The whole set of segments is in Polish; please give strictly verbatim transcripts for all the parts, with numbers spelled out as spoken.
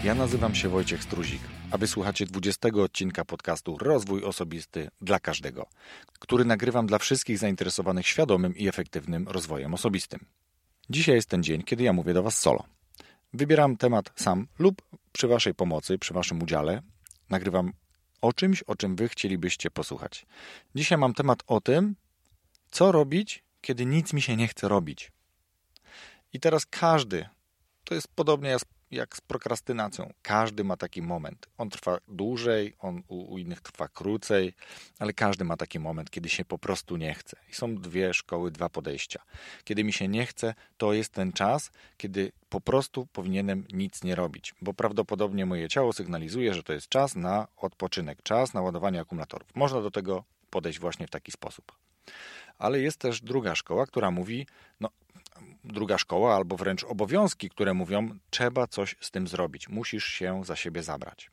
Ja nazywam się Wojciech Struzik, a wysłuchacie dwudziestego odcinka podcastu Rozwój Osobisty dla Każdego, który nagrywam dla wszystkich zainteresowanych świadomym i efektywnym rozwojem osobistym. Dzisiaj jest ten dzień, kiedy ja mówię do Was solo. Wybieram temat sam lub przy Waszej pomocy, przy Waszym udziale nagrywam o czymś, o czym Wy chcielibyście posłuchać. Dzisiaj mam temat o tym, co robić, kiedy nic mi się nie chce robić. I teraz każdy, to jest podobnie jak z prokrastynacją, każdy ma taki moment. On trwa dłużej, on u, u innych trwa krócej, ale każdy ma taki moment, kiedy się po prostu nie chce. I są dwie szkoły, dwa podejścia. Kiedy mi się nie chce, to jest ten czas, kiedy po prostu powinienem nic nie robić, bo prawdopodobnie moje ciało sygnalizuje, że to jest czas na odpoczynek, czas na ładowanie akumulatorów. Można do tego podejść właśnie w taki sposób. Ale jest też druga szkoła, która mówi, no druga szkoła albo wręcz obowiązki, które mówią, trzeba coś z tym zrobić, musisz się za siebie zabrać.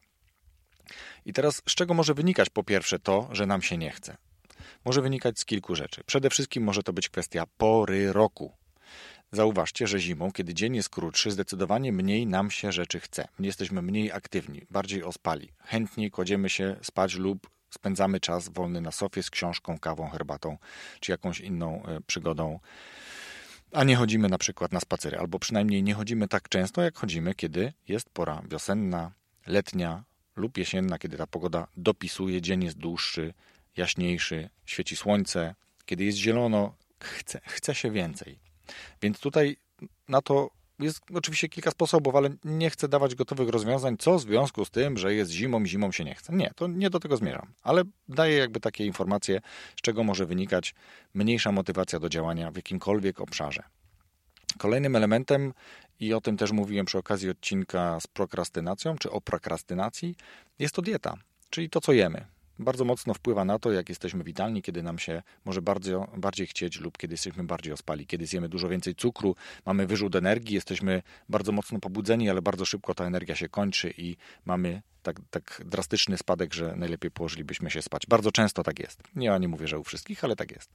I teraz z czego może wynikać po pierwsze to, że nam się nie chce? Może wynikać z kilku rzeczy. Przede wszystkim może to być kwestia pory roku. Zauważcie, że zimą, kiedy dzień jest krótszy, zdecydowanie mniej nam się rzeczy chce. Jesteśmy mniej aktywni, bardziej ospali. Chętniej kładziemy się spać lub spędzamy czas wolny na sofie z książką, kawą, herbatą czy jakąś inną y, przygodą. A nie chodzimy na przykład na spacery, albo przynajmniej nie chodzimy tak często, jak chodzimy, kiedy jest pora wiosenna, letnia lub jesienna, kiedy ta pogoda dopisuje, dzień jest dłuższy, jaśniejszy, świeci słońce, kiedy jest zielono, chce, chce się więcej. Więc tutaj na to jest oczywiście kilka sposobów, ale nie chcę dawać gotowych rozwiązań, co w związku z tym, że jest zimą, zimą się nie chce. Nie, to nie do tego zmierzam, ale daję jakby takie informacje, z czego może wynikać mniejsza motywacja do działania w jakimkolwiek obszarze. Kolejnym elementem, i o tym też mówiłem przy okazji odcinka z prokrastynacją, czy o prokrastynacji, jest to dieta, czyli to, co jemy. Bardzo mocno wpływa na to, jak jesteśmy witalni, kiedy nam się może bardzo, bardziej chcieć lub kiedy jesteśmy bardziej ospali. Kiedy zjemy dużo więcej cukru, mamy wyrzut energii, jesteśmy bardzo mocno pobudzeni, ale bardzo szybko ta energia się kończy i mamy tak, tak drastyczny spadek, że najlepiej położylibyśmy się spać. Bardzo często tak jest. Ja nie mówię, że u wszystkich, ale tak jest.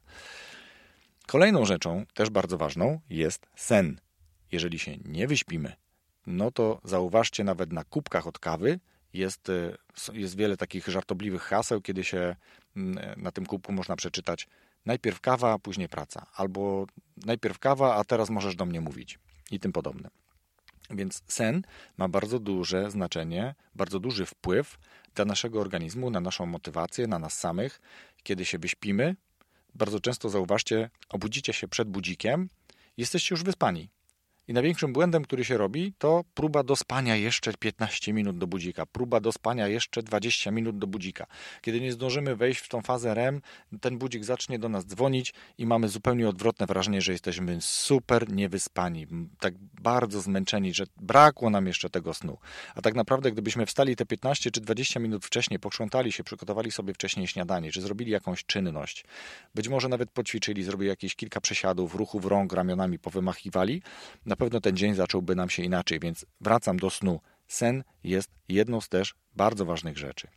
Kolejną rzeczą, też bardzo ważną, jest sen. Jeżeli się nie wyśpimy, no to zauważcie, nawet na kubkach od kawy Jest, jest wiele takich żartobliwych haseł, kiedy się na tym kubku można przeczytać najpierw kawa, a później praca. Albo najpierw kawa, a teraz możesz do mnie mówić. I tym podobne. Więc sen ma bardzo duże znaczenie, bardzo duży wpływ dla naszego organizmu, na naszą motywację, na nas samych. Kiedy się wyśpimy, bardzo często zauważcie, obudzicie się przed budzikiem, jesteście już wyspani. I największym błędem, który się robi, to próba dospania jeszcze piętnaście minut do budzika, próba dospania jeszcze dwadzieścia minut do budzika. Kiedy nie zdążymy wejść w tą fazę R E M, ten budzik zacznie do nas dzwonić i mamy zupełnie odwrotne wrażenie, że jesteśmy super niewyspani, tak bardzo zmęczeni, że brakło nam jeszcze tego snu. A tak naprawdę, gdybyśmy wstali te piętnaście czy dwadzieścia minut wcześniej, pokrzątali się, przygotowali sobie wcześniej śniadanie, czy zrobili jakąś czynność, być może nawet poćwiczyli, zrobili jakieś kilka przesiadów, ruchów rąk, ramionami powymachiwali, na pewno ten dzień zacząłby nam się inaczej, więc wracam do snu. Sen jest jedną z też bardzo ważnych rzeczy.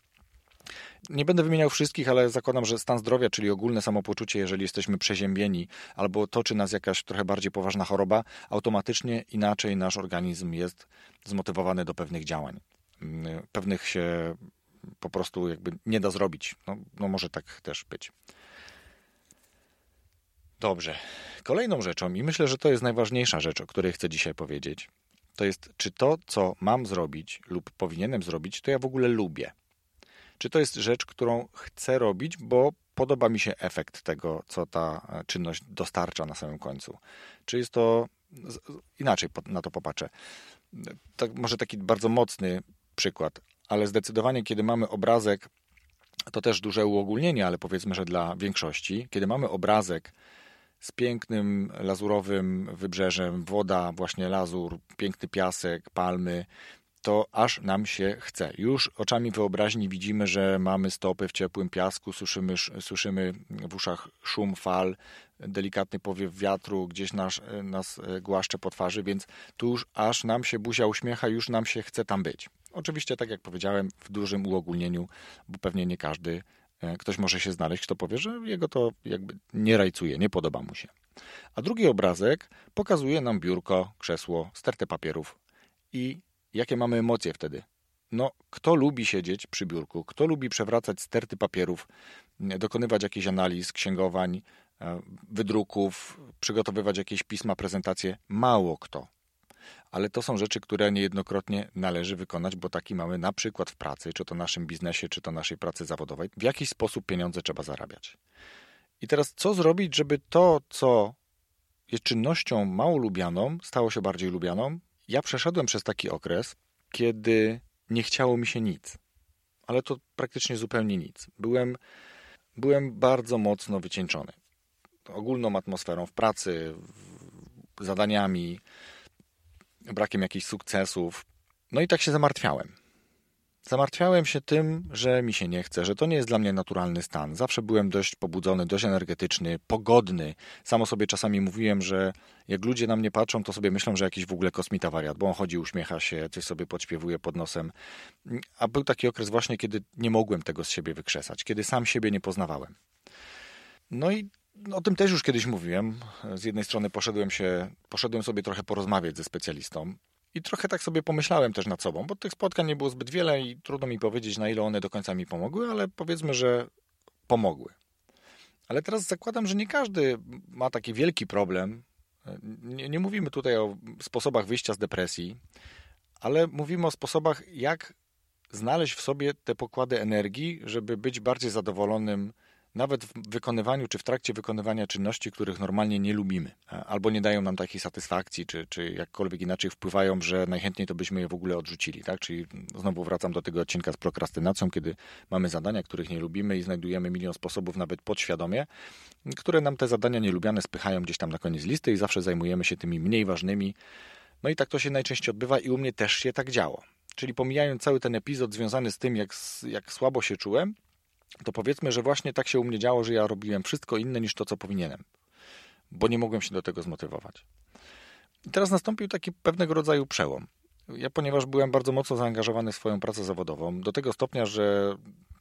Nie będę wymieniał wszystkich, ale zakładam, że stan zdrowia, czyli ogólne samopoczucie, jeżeli jesteśmy przeziębieni albo toczy nas jakaś trochę bardziej poważna choroba, automatycznie inaczej nasz organizm jest zmotywowany do pewnych działań. Pewnych się po prostu jakby nie da zrobić. No, no może tak też być. Dobrze. Kolejną rzeczą, i myślę, że to jest najważniejsza rzecz, o której chcę dzisiaj powiedzieć, to jest, czy to, co mam zrobić lub powinienem zrobić, to ja w ogóle lubię. Czy to jest rzecz, którą chcę robić, bo podoba mi się efekt tego, co ta czynność dostarcza na samym końcu. Czy jest to, inaczej na to popatrzę, tak, może taki bardzo mocny przykład, ale zdecydowanie, kiedy mamy obrazek, to też duże uogólnienie, ale powiedzmy, że dla większości, kiedy mamy obrazek z pięknym, lazurowym wybrzeżem, woda, właśnie lazur, piękny piasek, palmy, to aż nam się chce. Już oczami wyobraźni widzimy, że mamy stopy w ciepłym piasku, słyszymy, słyszymy w uszach szum fal, delikatny powiew wiatru gdzieś nas, nas głaszcze po twarzy, więc tu już aż nam się buzia uśmiecha, już nam się chce tam być. Oczywiście, tak jak powiedziałem, w dużym uogólnieniu, bo pewnie nie każdy, ktoś może się znaleźć, kto powie, że jego to jakby nie rajcuje, nie podoba mu się. A drugi obrazek pokazuje nam biurko, krzesło, stertę papierów i Jakie mamy emocje wtedy? No, kto lubi siedzieć przy biurku? Kto lubi przewracać sterty papierów, dokonywać jakichś analiz, księgowań, wydruków, przygotowywać jakieś pisma, prezentacje? Mało kto. Ale to są rzeczy, które niejednokrotnie należy wykonać, bo taki mamy na przykład w pracy, czy to naszym biznesie, czy to naszej pracy zawodowej. W jakiś sposób pieniądze trzeba zarabiać. I teraz co zrobić, żeby to, co jest czynnością mało lubianą, stało się bardziej lubianą? Ja przeszedłem przez taki okres, kiedy nie chciało mi się nic. Ale to praktycznie zupełnie nic. Byłem, byłem bardzo mocno wycieńczony. Ogólną atmosferą w pracy, zadaniami, brakiem jakichś sukcesów. No i tak się zamartwiałem. Zamartwiałem się tym, że mi się nie chce, że to nie jest dla mnie naturalny stan. Zawsze byłem dość pobudzony, dość energetyczny, pogodny. Sam o sobie czasami mówiłem, że jak ludzie na mnie patrzą, to sobie myślą, że jakiś w ogóle kosmita wariat, bo on chodzi, uśmiecha się, coś sobie podśpiewuje pod nosem. A był taki okres właśnie, kiedy nie mogłem tego z siebie wykrzesać, kiedy sam siebie nie poznawałem. No i o tym też już kiedyś mówiłem. Z jednej strony poszedłem się, poszedłem sobie trochę porozmawiać ze specjalistą. I trochę tak sobie pomyślałem też nad sobą, bo tych spotkań nie było zbyt wiele i trudno mi powiedzieć, na ile one do końca mi pomogły, ale powiedzmy, że pomogły. Ale teraz zakładam, że nie każdy ma taki wielki problem. Nie, nie mówimy tutaj o sposobach wyjścia z depresji, ale mówimy o sposobach, jak znaleźć w sobie te pokłady energii, żeby być bardziej zadowolonym nawet w wykonywaniu, czy w trakcie wykonywania czynności, których normalnie nie lubimy, albo nie dają nam takiej satysfakcji, czy, czy jakkolwiek inaczej wpływają, że najchętniej to byśmy je w ogóle odrzucili, tak? Czyli znowu wracam do tego odcinka z prokrastynacją, kiedy mamy zadania, których nie lubimy i znajdujemy milion sposobów, nawet podświadomie, które nam te zadania nielubiane spychają gdzieś tam na koniec listy i zawsze zajmujemy się tymi mniej ważnymi. No i tak to się najczęściej odbywa i u mnie też się tak działo. Czyli pomijając cały ten epizod związany z tym, jak, jak słabo się czułem, to powiedzmy, że właśnie tak się u mnie działo, że ja robiłem wszystko inne niż to, co powinienem, bo nie mogłem się do tego zmotywować. I teraz nastąpił taki pewnego rodzaju przełom. Ja, ponieważ byłem bardzo mocno zaangażowany w swoją pracę zawodową, do tego stopnia, że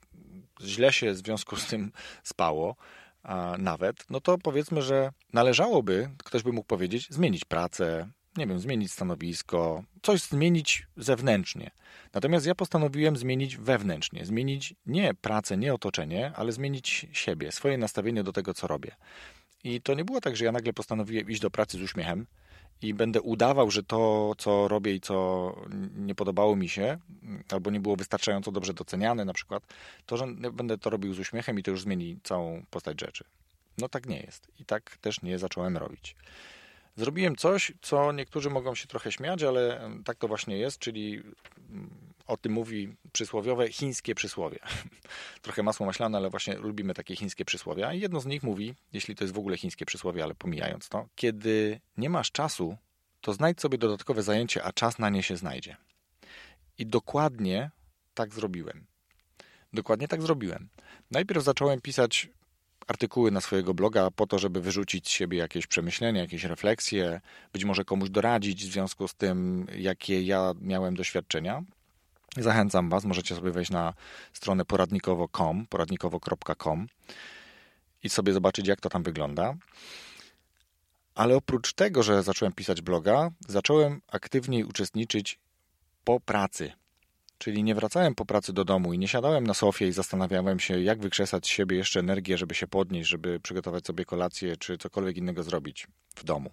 źle się w związku z tym spało, a nawet, no to powiedzmy, że należałoby, ktoś by mógł powiedzieć, zmienić pracę, nie wiem, zmienić stanowisko, coś zmienić zewnętrznie. Natomiast ja postanowiłem zmienić wewnętrznie, zmienić nie pracę, nie otoczenie, ale zmienić siebie, swoje nastawienie do tego, co robię. I to nie było tak, że ja nagle postanowiłem iść do pracy z uśmiechem i będę udawał, że to, co robię i co nie podobało mi się, albo nie było wystarczająco dobrze doceniane na przykład, to, że będę to robił z uśmiechem i to już zmieni całą postać rzeczy. No tak nie jest. I tak też nie zacząłem robić. Zrobiłem coś, co niektórzy mogą się trochę śmiać, ale tak to właśnie jest, czyli o tym mówi przysłowiowe chińskie przysłowie. Trochę masło maślane, ale właśnie lubimy takie chińskie przysłowia. I jedno z nich mówi, jeśli to jest w ogóle chińskie przysłowie, ale pomijając to, kiedy nie masz czasu, to znajdź sobie dodatkowe zajęcie, a czas na nie się znajdzie. I dokładnie tak zrobiłem. Dokładnie tak zrobiłem. Najpierw zacząłem pisać artykuły na swojego bloga po to, żeby wyrzucić z siebie jakieś przemyślenia, jakieś refleksje, być może komuś doradzić w związku z tym, jakie ja miałem doświadczenia. Zachęcam Was, możecie sobie wejść na stronę poradnikowo kropka com, poradnikowo kropka com i sobie zobaczyć, jak to tam wygląda. Ale oprócz tego, że zacząłem pisać bloga, zacząłem aktywniej uczestniczyć po pracy. Czyli nie wracałem po pracy do domu i nie siadałem na sofie i zastanawiałem się, jak wykrzesać z siebie jeszcze energię, żeby się podnieść, żeby przygotować sobie kolację, czy cokolwiek innego zrobić w domu.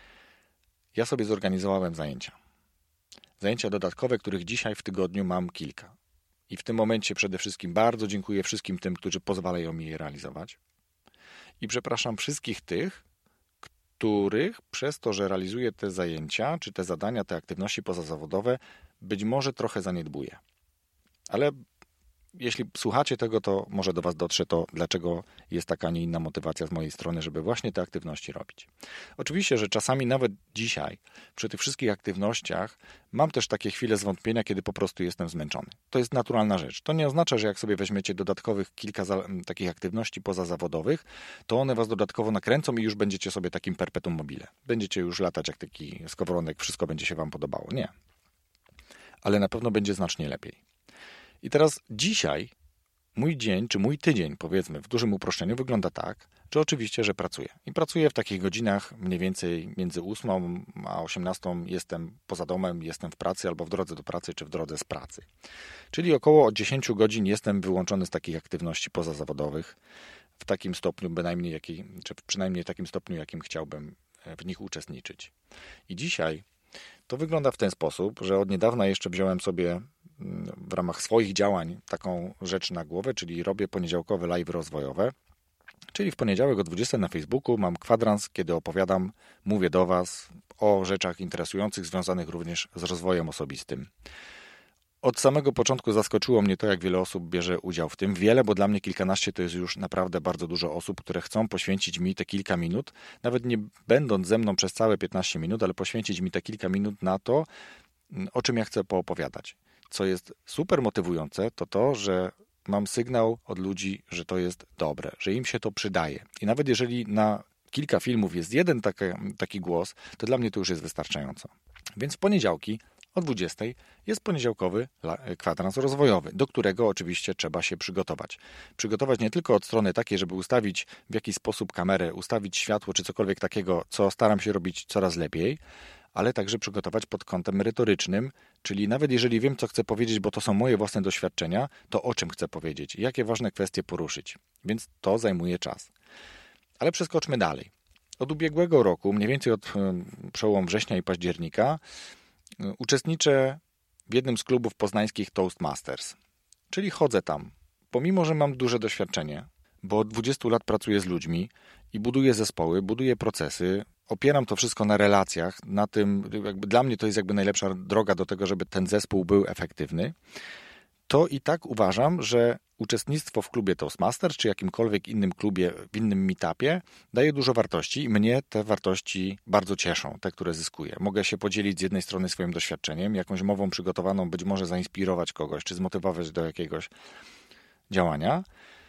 Ja sobie zorganizowałem zajęcia. Zajęcia dodatkowe, których dzisiaj w tygodniu mam kilka. I w tym momencie przede wszystkim bardzo dziękuję wszystkim tym, którzy pozwalają mi je realizować. I przepraszam wszystkich tych, których przez to, że realizuję te zajęcia, czy te zadania, te aktywności pozazawodowe, być może trochę zaniedbuję. Ale jeśli słuchacie tego, to może do Was dotrze to, dlaczego jest taka, a nie inna motywacja z mojej strony, żeby właśnie te aktywności robić. Oczywiście, że czasami nawet dzisiaj, przy tych wszystkich aktywnościach, mam też takie chwile zwątpienia, kiedy po prostu jestem zmęczony. To jest naturalna rzecz. To nie oznacza, że jak sobie weźmiecie dodatkowych kilka za, takich aktywności pozazawodowych, to one Was dodatkowo nakręcą i już będziecie sobie takim perpetuum mobile. Będziecie już latać jak taki skowronek, wszystko będzie się Wam podobało. Nie. Ale na pewno będzie znacznie lepiej. I teraz dzisiaj mój dzień, czy mój tydzień, powiedzmy, w dużym uproszczeniu, wygląda tak, czy oczywiście, że pracuję. I pracuję w takich godzinach mniej więcej między ósmą a osiemnastą jestem poza domem, jestem w pracy albo w drodze do pracy, czy w drodze z pracy. Czyli około od dziesięciu godzin jestem wyłączony z takich aktywności pozazawodowych w takim stopniu, bynajmniej jaki, czy przynajmniej w takim stopniu, jakim chciałbym w nich uczestniczyć. I dzisiaj to wygląda w ten sposób, że od niedawna jeszcze wziąłem sobie w ramach swoich działań taką rzecz na głowę, czyli robię poniedziałkowe live rozwojowe. Czyli w poniedziałek o dwudziestej na Facebooku mam kwadrans, kiedy opowiadam, mówię do Was o rzeczach interesujących, związanych również z rozwojem osobistym. Od samego początku zaskoczyło mnie to, jak wiele osób bierze udział w tym. Wiele, bo dla mnie kilkanaście to jest już naprawdę bardzo dużo osób, które chcą poświęcić mi te kilka minut, nawet nie będąc ze mną przez całe piętnaście minut, ale poświęcić mi te kilka minut na to, o czym ja chcę poopowiadać. Co jest super motywujące, to to, że mam sygnał od ludzi, że to jest dobre, że im się to przydaje. I nawet jeżeli na kilka filmów jest jeden taki, taki głos, to dla mnie to już jest wystarczająco. Więc w poniedziałki o dwudziestej jest poniedziałkowy kwadrans rozwojowy, do którego oczywiście trzeba się przygotować. Przygotować nie tylko od strony takiej, żeby ustawić w jakiś sposób kamerę, ustawić światło czy cokolwiek takiego, co staram się robić coraz lepiej, ale także przygotować pod kątem merytorycznym, czyli nawet jeżeli wiem, co chcę powiedzieć, bo to są moje własne doświadczenia, to o czym chcę powiedzieć, jakie ważne kwestie poruszyć. Więc to zajmuje czas. Ale przeskoczmy dalej. Od ubiegłego roku, mniej więcej od przełomu września i października, uczestniczę w jednym z klubów poznańskich Toastmasters. Czyli chodzę tam, pomimo że mam duże doświadczenie, bo od dwudziestu lat pracuję z ludźmi i buduję zespoły, buduję procesy, opieram to wszystko na relacjach, na tym, jakby dla mnie to jest jakby najlepsza droga do tego, żeby ten zespół był efektywny, to i tak uważam, że uczestnictwo w klubie Toastmasters, czy jakimkolwiek innym klubie, w innym meetupie daje dużo wartości i mnie te wartości bardzo cieszą, te, które zyskuję. Mogę się podzielić z jednej strony swoim doświadczeniem, jakąś mową przygotowaną, być może zainspirować kogoś, czy zmotywować do jakiegoś działania,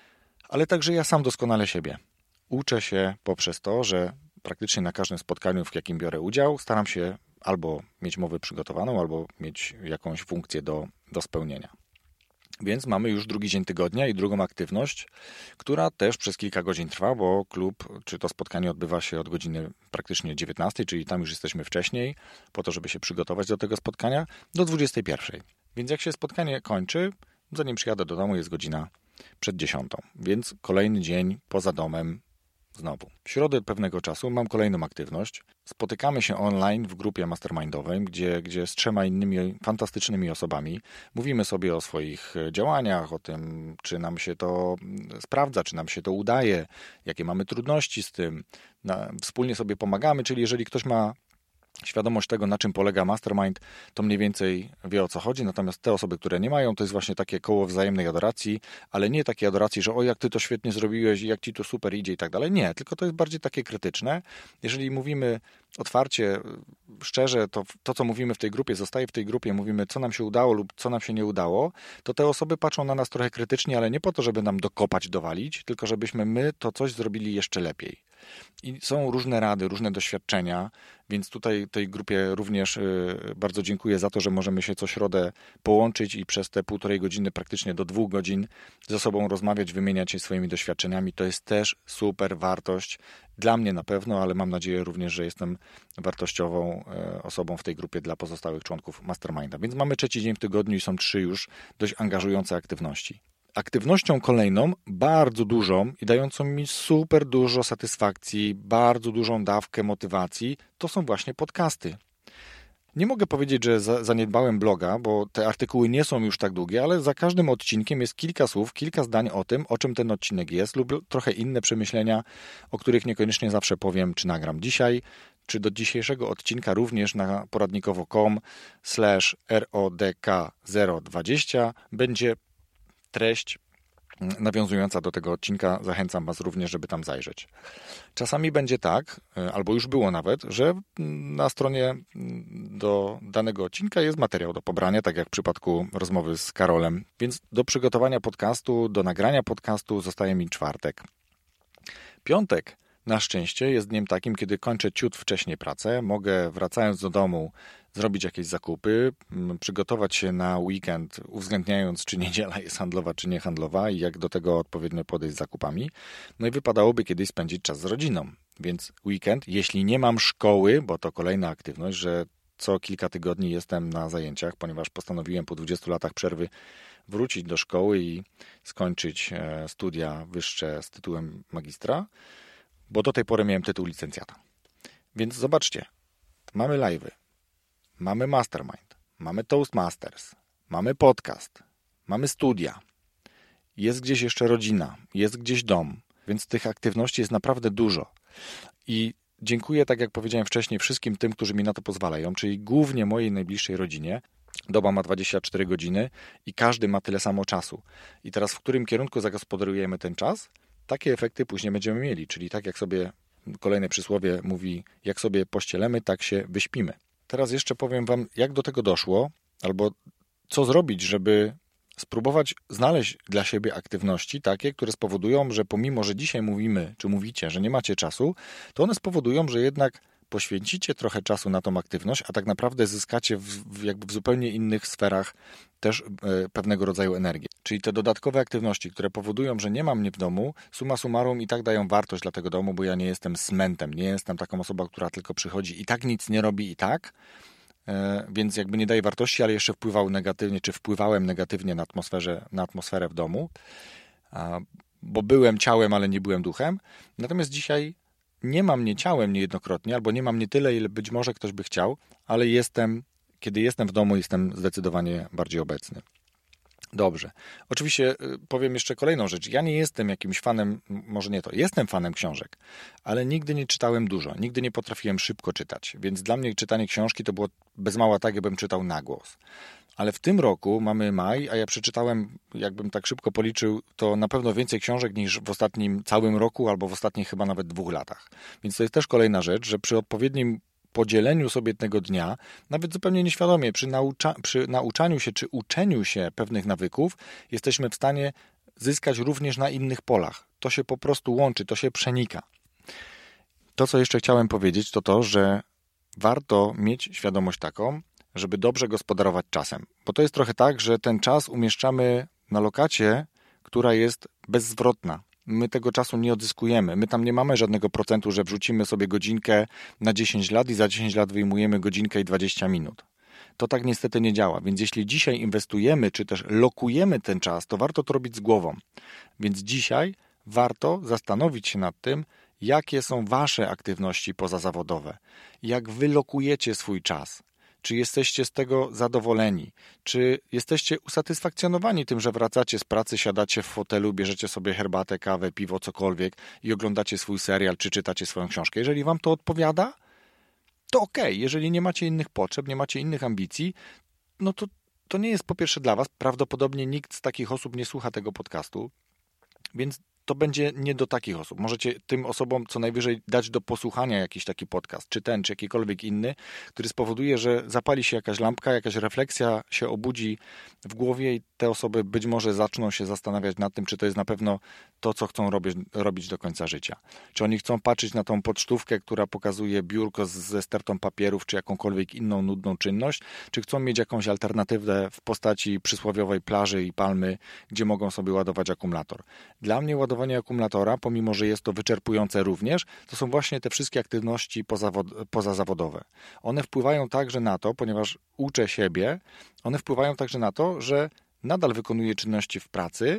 ale także ja sam doskonale siebie. Uczę się poprzez to, że praktycznie na każdym spotkaniu, w jakim biorę udział, staram się albo mieć mowę przygotowaną, albo mieć jakąś funkcję do, do spełnienia. Więc mamy już drugi dzień tygodnia i drugą aktywność, która też przez kilka godzin trwa, bo klub, czy to spotkanie odbywa się od godziny praktycznie dziewiętnastej, czyli tam już jesteśmy wcześniej, po to, żeby się przygotować do tego spotkania, do dwudziestej pierwszej. Więc jak się spotkanie kończy, zanim przyjadę do domu, jest godzina przed dziesiątą. Więc kolejny dzień poza domem znowu. W środę pewnego czasu mam kolejną aktywność. Spotykamy się online w grupie mastermindowej, gdzie, gdzie z trzema innymi fantastycznymi osobami mówimy sobie o swoich działaniach, o tym, czy nam się to sprawdza, czy nam się to udaje, jakie mamy trudności z tym. Na, wspólnie sobie pomagamy, czyli jeżeli ktoś ma świadomość tego, na czym polega mastermind, to mniej więcej wie, o co chodzi, natomiast te osoby, które nie mają, to jest właśnie takie koło wzajemnej adoracji, ale nie takiej adoracji, że o, jak ty to świetnie zrobiłeś i jak ci to super idzie i tak dalej. Nie, tylko to jest bardziej takie krytyczne. Jeżeli mówimy otwarcie, szczerze, to to, co mówimy w tej grupie, zostaje w tej grupie, mówimy, co nam się udało lub co nam się nie udało, to te osoby patrzą na nas trochę krytycznie, ale nie po to, żeby nam dokopać, dowalić, tylko żebyśmy my to coś zrobili jeszcze lepiej. I są różne rady, różne doświadczenia, więc tutaj tej grupie również bardzo dziękuję za to, że możemy się co środę połączyć i przez te półtorej godziny, praktycznie do dwóch godzin ze sobą rozmawiać, wymieniać się swoimi doświadczeniami. To jest też super wartość dla mnie na pewno, ale mam nadzieję również, że jestem wartościową osobą w tej grupie dla pozostałych członków Masterminda. Więc mamy trzeci dzień w tygodniu i są trzy już dość angażujące aktywności. Aktywnością kolejną, bardzo dużą i dającą mi super dużo satysfakcji, bardzo dużą dawkę motywacji, to są właśnie podcasty. Nie mogę powiedzieć, że zaniedbałem bloga, bo te artykuły nie są już tak długie, ale za każdym odcinkiem jest kilka słów, kilka zdań o tym, o czym ten odcinek jest lub trochę inne przemyślenia, o których niekoniecznie zawsze powiem, czy nagram dzisiaj, czy do dzisiejszego odcinka również na poradnikowo kropka com slash R O D K zero dwadzieścia będzie treść nawiązująca do tego odcinka. Zachęcam Was również, żeby tam zajrzeć. Czasami będzie tak, albo już było nawet, że na stronie do danego odcinka jest materiał do pobrania, tak jak w przypadku rozmowy z Karolem. Więc do przygotowania podcastu, do nagrania podcastu zostaje mi czwartek. Piątek na szczęście jest dniem takim, kiedy kończę ciut wcześniej pracę, mogę wracając do domu zrobić jakieś zakupy, przygotować się na weekend, uwzględniając czy niedziela jest handlowa, czy niehandlowa i jak do tego odpowiednio podejść z zakupami. No i wypadałoby kiedyś spędzić czas z rodziną. Więc weekend, jeśli nie mam szkoły, bo to kolejna aktywność, że co kilka tygodni jestem na zajęciach, ponieważ postanowiłem po dwudziestu latach przerwy wrócić do szkoły i skończyć studia wyższe z tytułem magistra, bo do tej pory miałem tytuł licencjata. Więc zobaczcie, mamy live'y, mamy mastermind, mamy Toastmasters, mamy podcast, mamy studia, jest gdzieś jeszcze rodzina, jest gdzieś dom, więc tych aktywności jest naprawdę dużo. I dziękuję, tak jak powiedziałem wcześniej, wszystkim tym, którzy mi na to pozwalają, czyli głównie mojej najbliższej rodzinie. Doba ma dwadzieścia cztery godziny i każdy ma tyle samo czasu. I teraz w którym kierunku zagospodarujemy ten czas, takie efekty później będziemy mieli. Czyli tak jak sobie kolejne przysłowie mówi, jak sobie pościelemy, tak się wyśpimy. Teraz jeszcze powiem wam, jak do tego doszło, albo co zrobić, żeby spróbować znaleźć dla siebie aktywności takie, które spowodują, że pomimo, że dzisiaj mówimy, czy mówicie, że nie macie czasu, to one spowodują, że jednak poświęcicie trochę czasu na tą aktywność, a tak naprawdę zyskacie w, w, jakby w zupełnie innych sferach też e, pewnego rodzaju energię. Czyli te dodatkowe aktywności, które powodują, że nie ma mnie w domu, summa summarum i tak dają wartość dla tego domu, bo ja nie jestem smętem, nie jestem taką osobą, która tylko przychodzi i tak nic nie robi i tak, e, więc jakby nie daje wartości, ale jeszcze wpływał negatywnie, czy wpływałem negatywnie na, atmosferze, na atmosferę w domu, a, bo byłem ciałem, ale nie byłem duchem. Natomiast dzisiaj nie mam mnie ciałem niejednokrotnie, albo nie mam nie tyle, ile być może ktoś by chciał, ale jestem, kiedy jestem w domu, jestem zdecydowanie bardziej obecny. Dobrze. Oczywiście powiem jeszcze kolejną rzecz. Ja nie jestem jakimś fanem, może nie to, jestem fanem książek, ale nigdy nie czytałem dużo, nigdy nie potrafiłem szybko czytać, więc dla mnie czytanie książki to było bez mała tak, jakbym czytał na głos. Ale w tym roku mamy maj, a ja przeczytałem, jakbym tak szybko policzył, to na pewno więcej książek niż w ostatnim całym roku albo w ostatnich chyba nawet dwóch latach. Więc to jest też kolejna rzecz, że przy odpowiednim podzieleniu sobie tego dnia, nawet zupełnie nieświadomie, przy, naucza, przy nauczaniu się czy uczeniu się pewnych nawyków, jesteśmy w stanie zyskać również na innych polach. To się po prostu łączy, to się przenika. To, co jeszcze chciałem powiedzieć, to to, że warto mieć świadomość taką, żeby dobrze gospodarować czasem. Bo to jest trochę tak, że ten czas umieszczamy na lokacie, która jest bezzwrotna. My tego czasu nie odzyskujemy. My tam nie mamy żadnego procentu, że wrzucimy sobie godzinkę na dziesięć lat i za dziesięć lat wyjmujemy godzinkę i dwadzieścia minut. To tak niestety nie działa. Więc jeśli dzisiaj inwestujemy, czy też lokujemy ten czas, to warto to robić z głową. Więc dzisiaj warto zastanowić się nad tym, jakie są wasze aktywności pozazawodowe. Jak wy lokujecie swój czas. Czy jesteście z tego zadowoleni? Czy jesteście usatysfakcjonowani tym, że wracacie z pracy, siadacie w fotelu, bierzecie sobie herbatę, kawę, piwo, cokolwiek i oglądacie swój serial, czy czytacie swoją książkę? Jeżeli wam to odpowiada, to okej. Okay. Jeżeli nie macie innych potrzeb, nie macie innych ambicji, no to to nie jest po pierwsze dla was. Prawdopodobnie nikt z takich osób nie słucha tego podcastu, więc to będzie nie do takich osób. Możecie tym osobom co najwyżej dać do posłuchania jakiś taki podcast, czy ten, czy jakikolwiek inny, który spowoduje, że zapali się jakaś lampka, jakaś refleksja się obudzi w głowie i te osoby być może zaczną się zastanawiać nad tym, czy to jest na pewno to, co chcą robić, robić do końca życia. Czy oni chcą patrzeć na tą pocztówkę, która pokazuje biurko ze stertą papierów, czy jakąkolwiek inną nudną czynność, czy chcą mieć jakąś alternatywę w postaci przysłowiowej plaży i palmy, gdzie mogą sobie ładować akumulator. Dla mnie ładowanie akumulatora, pomimo że jest to wyczerpujące również, to są właśnie te wszystkie aktywności pozawod- pozazawodowe. One wpływają także na to, ponieważ uczę siebie, one wpływają także na to, że nadal wykonuję czynności w pracy,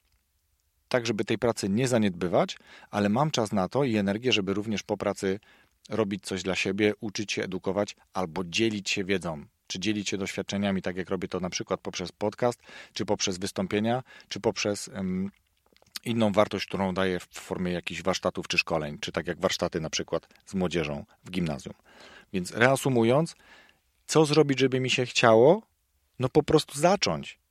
tak żeby tej pracy nie zaniedbywać, ale mam czas na to i energię, żeby również po pracy robić coś dla siebie, uczyć się, edukować albo dzielić się wiedzą, czy dzielić się doświadczeniami, tak jak robię to na przykład poprzez podcast, czy poprzez wystąpienia, czy poprzez um, inną wartość, którą daję w formie jakichś warsztatów czy szkoleń, czy tak jak warsztaty na przykład z młodzieżą w gimnazjum. Więc reasumując, co zrobić, żeby mi się chciało? No po prostu zacząć.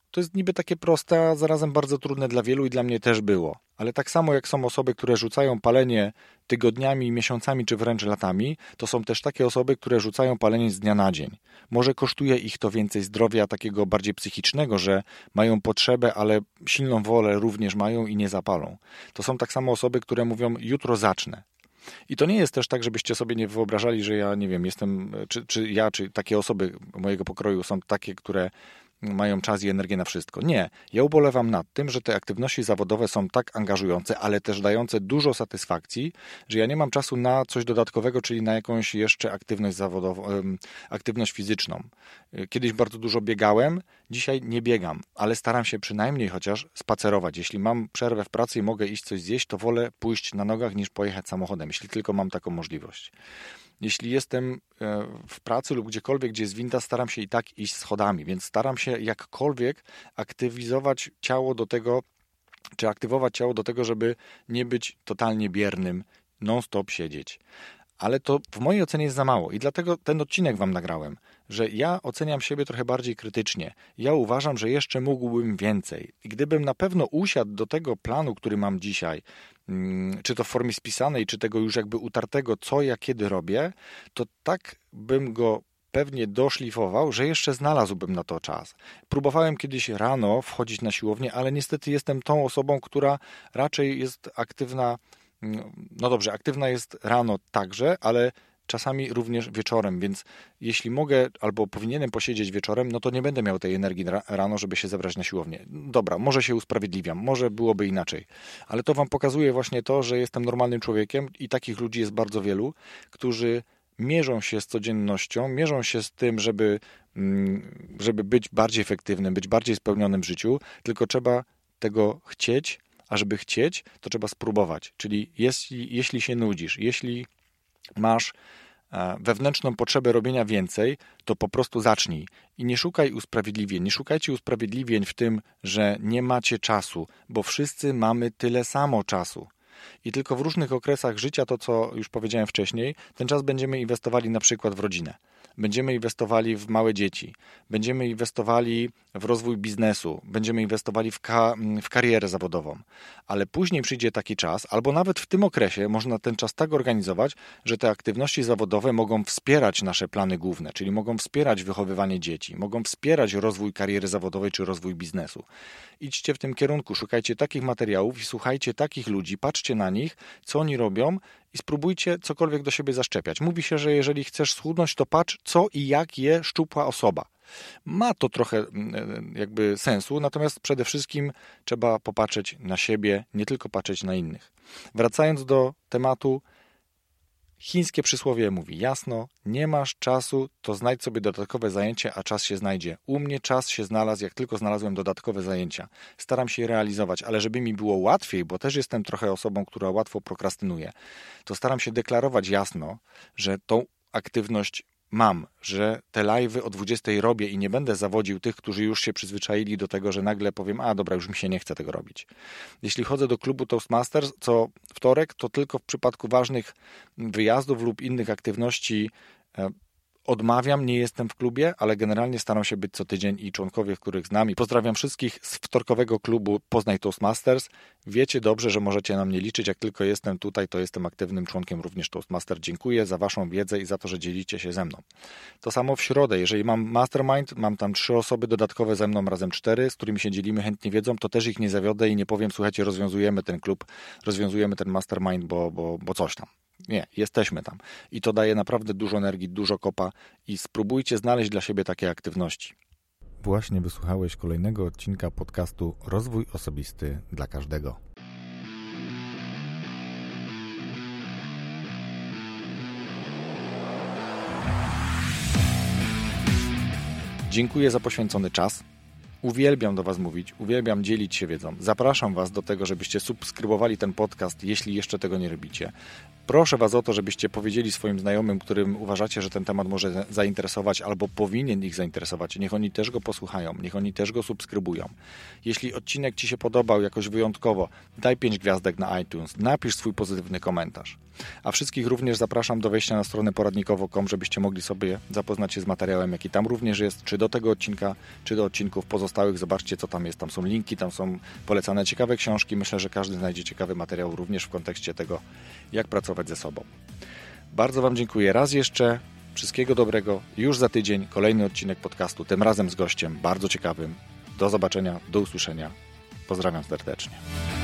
To jest niby takie proste, a zarazem bardzo trudne dla wielu i dla mnie też było. Ale tak samo jak są osoby, które rzucają palenie tygodniami, miesiącami czy wręcz latami, to są też takie osoby, które rzucają palenie z dnia na dzień. Może kosztuje ich to więcej zdrowia takiego bardziej psychicznego, że mają potrzebę, ale silną wolę również mają i nie zapalą. To są tak samo osoby, które mówią jutro zacznę. I to nie jest też tak, żebyście sobie nie wyobrażali, że ja nie wiem, jestem, czy, czy ja, czy takie osoby mojego pokroju są takie, które mają czas i energię na wszystko. Nie. Ja ubolewam nad tym, że te aktywności zawodowe są tak angażujące, ale też dające dużo satysfakcji, że ja nie mam czasu na coś dodatkowego, czyli na jakąś jeszcze aktywność zawodową, aktywność fizyczną. Kiedyś bardzo dużo biegałem, dzisiaj nie biegam, ale staram się przynajmniej chociaż spacerować. Jeśli mam przerwę w pracy i mogę iść coś zjeść, to wolę pójść na nogach niż pojechać samochodem, jeśli tylko mam taką możliwość. Jeśli jestem w pracy lub gdziekolwiek, gdzie jest winda, staram się i tak iść schodami, więc staram się jakkolwiek aktywizować ciało do tego, czy aktywować ciało do tego, żeby nie być totalnie biernym, non-stop siedzieć. Ale to w mojej ocenie jest za mało i dlatego ten odcinek wam nagrałem, że ja oceniam siebie trochę bardziej krytycznie. Ja uważam, że jeszcze mógłbym więcej. I gdybym na pewno usiadł do tego planu, który mam dzisiaj, czy to w formie spisanej, czy tego już jakby utartego, co ja kiedy robię, to tak bym go pewnie doszlifował, że jeszcze znalazłbym na to czas. Próbowałem kiedyś rano wchodzić na siłownię, ale niestety jestem tą osobą, która raczej jest aktywna. No dobrze, aktywna jest rano także, ale czasami również wieczorem, więc jeśli mogę albo powinienem posiedzieć wieczorem, no to nie będę miał tej energii rano, żeby się zebrać na siłownię. Dobra, może się usprawiedliwiam, może byłoby inaczej, ale to wam pokazuje właśnie to, że jestem normalnym człowiekiem i takich ludzi jest bardzo wielu, którzy mierzą się z codziennością, mierzą się z tym, żeby, żeby być bardziej efektywnym, być bardziej spełnionym w życiu, tylko trzeba tego chcieć, a żeby chcieć, to trzeba spróbować. Czyli jeśli, jeśli się nudzisz, jeśli masz wewnętrzną potrzebę robienia więcej, to po prostu zacznij. I nie szukaj usprawiedliwień. Nie szukajcie usprawiedliwień w tym, że nie macie czasu, bo wszyscy mamy tyle samo czasu. I tylko w różnych okresach życia, to co już powiedziałem wcześniej, ten czas będziemy inwestowali na przykład w rodzinę. Będziemy inwestowali w małe dzieci, będziemy inwestowali w rozwój biznesu, będziemy inwestowali w, ka- w karierę zawodową. Ale później przyjdzie taki czas, albo nawet w tym okresie można ten czas tak organizować, że te aktywności zawodowe mogą wspierać nasze plany główne, czyli mogą wspierać wychowywanie dzieci, mogą wspierać rozwój kariery zawodowej czy rozwój biznesu. Idźcie w tym kierunku, szukajcie takich materiałów i słuchajcie takich ludzi, patrzcie na nich, co oni robią i spróbujcie cokolwiek do siebie zaszczepiać. Mówi się, że jeżeli chcesz schudnąć, to patrz, co i jak je szczupła osoba. Ma to trochę jakby sensu, natomiast przede wszystkim trzeba popatrzeć na siebie, nie tylko patrzeć na innych. Wracając do tematu, chińskie przysłowie mówi jasno, nie masz czasu, to znajdź sobie dodatkowe zajęcie, a czas się znajdzie. U mnie czas się znalazł, jak tylko znalazłem dodatkowe zajęcia. Staram się je realizować, ale żeby mi było łatwiej, bo też jestem trochę osobą, która łatwo prokrastynuje, to staram się deklarować jasno, że tą aktywność mam, że te live'y o dwudziestej robię i nie będę zawodził tych, którzy już się przyzwyczaili do tego, że nagle powiem, a dobra, już mi się nie chce tego robić. Jeśli chodzę do klubu Toastmasters co wtorek, to tylko w przypadku ważnych wyjazdów lub innych aktywności odmawiam, nie jestem w klubie, ale generalnie staram się być co tydzień i członkowie, których znam. I pozdrawiam wszystkich z wtorkowego klubu Poznaj Toastmasters. Wiecie dobrze, że możecie na mnie liczyć. Jak tylko jestem tutaj, to jestem aktywnym członkiem również Toastmaster. Dziękuję za waszą wiedzę i za to, że dzielicie się ze mną. To samo w środę. Jeżeli mam mastermind, mam tam trzy osoby dodatkowe ze mną, razem cztery, z którymi się dzielimy chętnie wiedzą, to też ich nie zawiodę i nie powiem, słuchajcie, rozwiązujemy ten klub, rozwiązujemy ten mastermind, bo, bo, bo coś tam. Nie, jesteśmy tam. I to daje naprawdę dużo energii, dużo kopa i spróbujcie znaleźć dla siebie takie aktywności. Właśnie wysłuchałeś kolejnego odcinka podcastu Rozwój Osobisty dla Każdego. Dziękuję za poświęcony czas. Uwielbiam do was mówić, uwielbiam dzielić się wiedzą. Zapraszam was do tego, żebyście subskrybowali ten podcast, jeśli jeszcze tego nie robicie. Proszę Was o to, żebyście powiedzieli swoim znajomym, którym uważacie, że ten temat może zainteresować albo powinien ich zainteresować. Niech oni też go posłuchają, niech oni też go subskrybują. Jeśli odcinek Ci się podobał jakoś wyjątkowo, daj pięć gwiazdek na iTunes, napisz swój pozytywny komentarz. A wszystkich również zapraszam do wejścia na stronę poradnikowo kropka com, żebyście mogli sobie zapoznać się z materiałem, jaki tam również jest, czy do tego odcinka, czy do odcinków pozostałych. Zobaczcie, co tam jest. Tam są linki, tam są polecane ciekawe książki. Myślę, że każdy znajdzie ciekawy materiał również w kontekście tego, jak pracować ze sobą. Bardzo Wam dziękuję raz jeszcze. Wszystkiego dobrego. Już za tydzień kolejny odcinek podcastu, tym razem z gościem bardzo ciekawym. Do zobaczenia, do usłyszenia. Pozdrawiam serdecznie.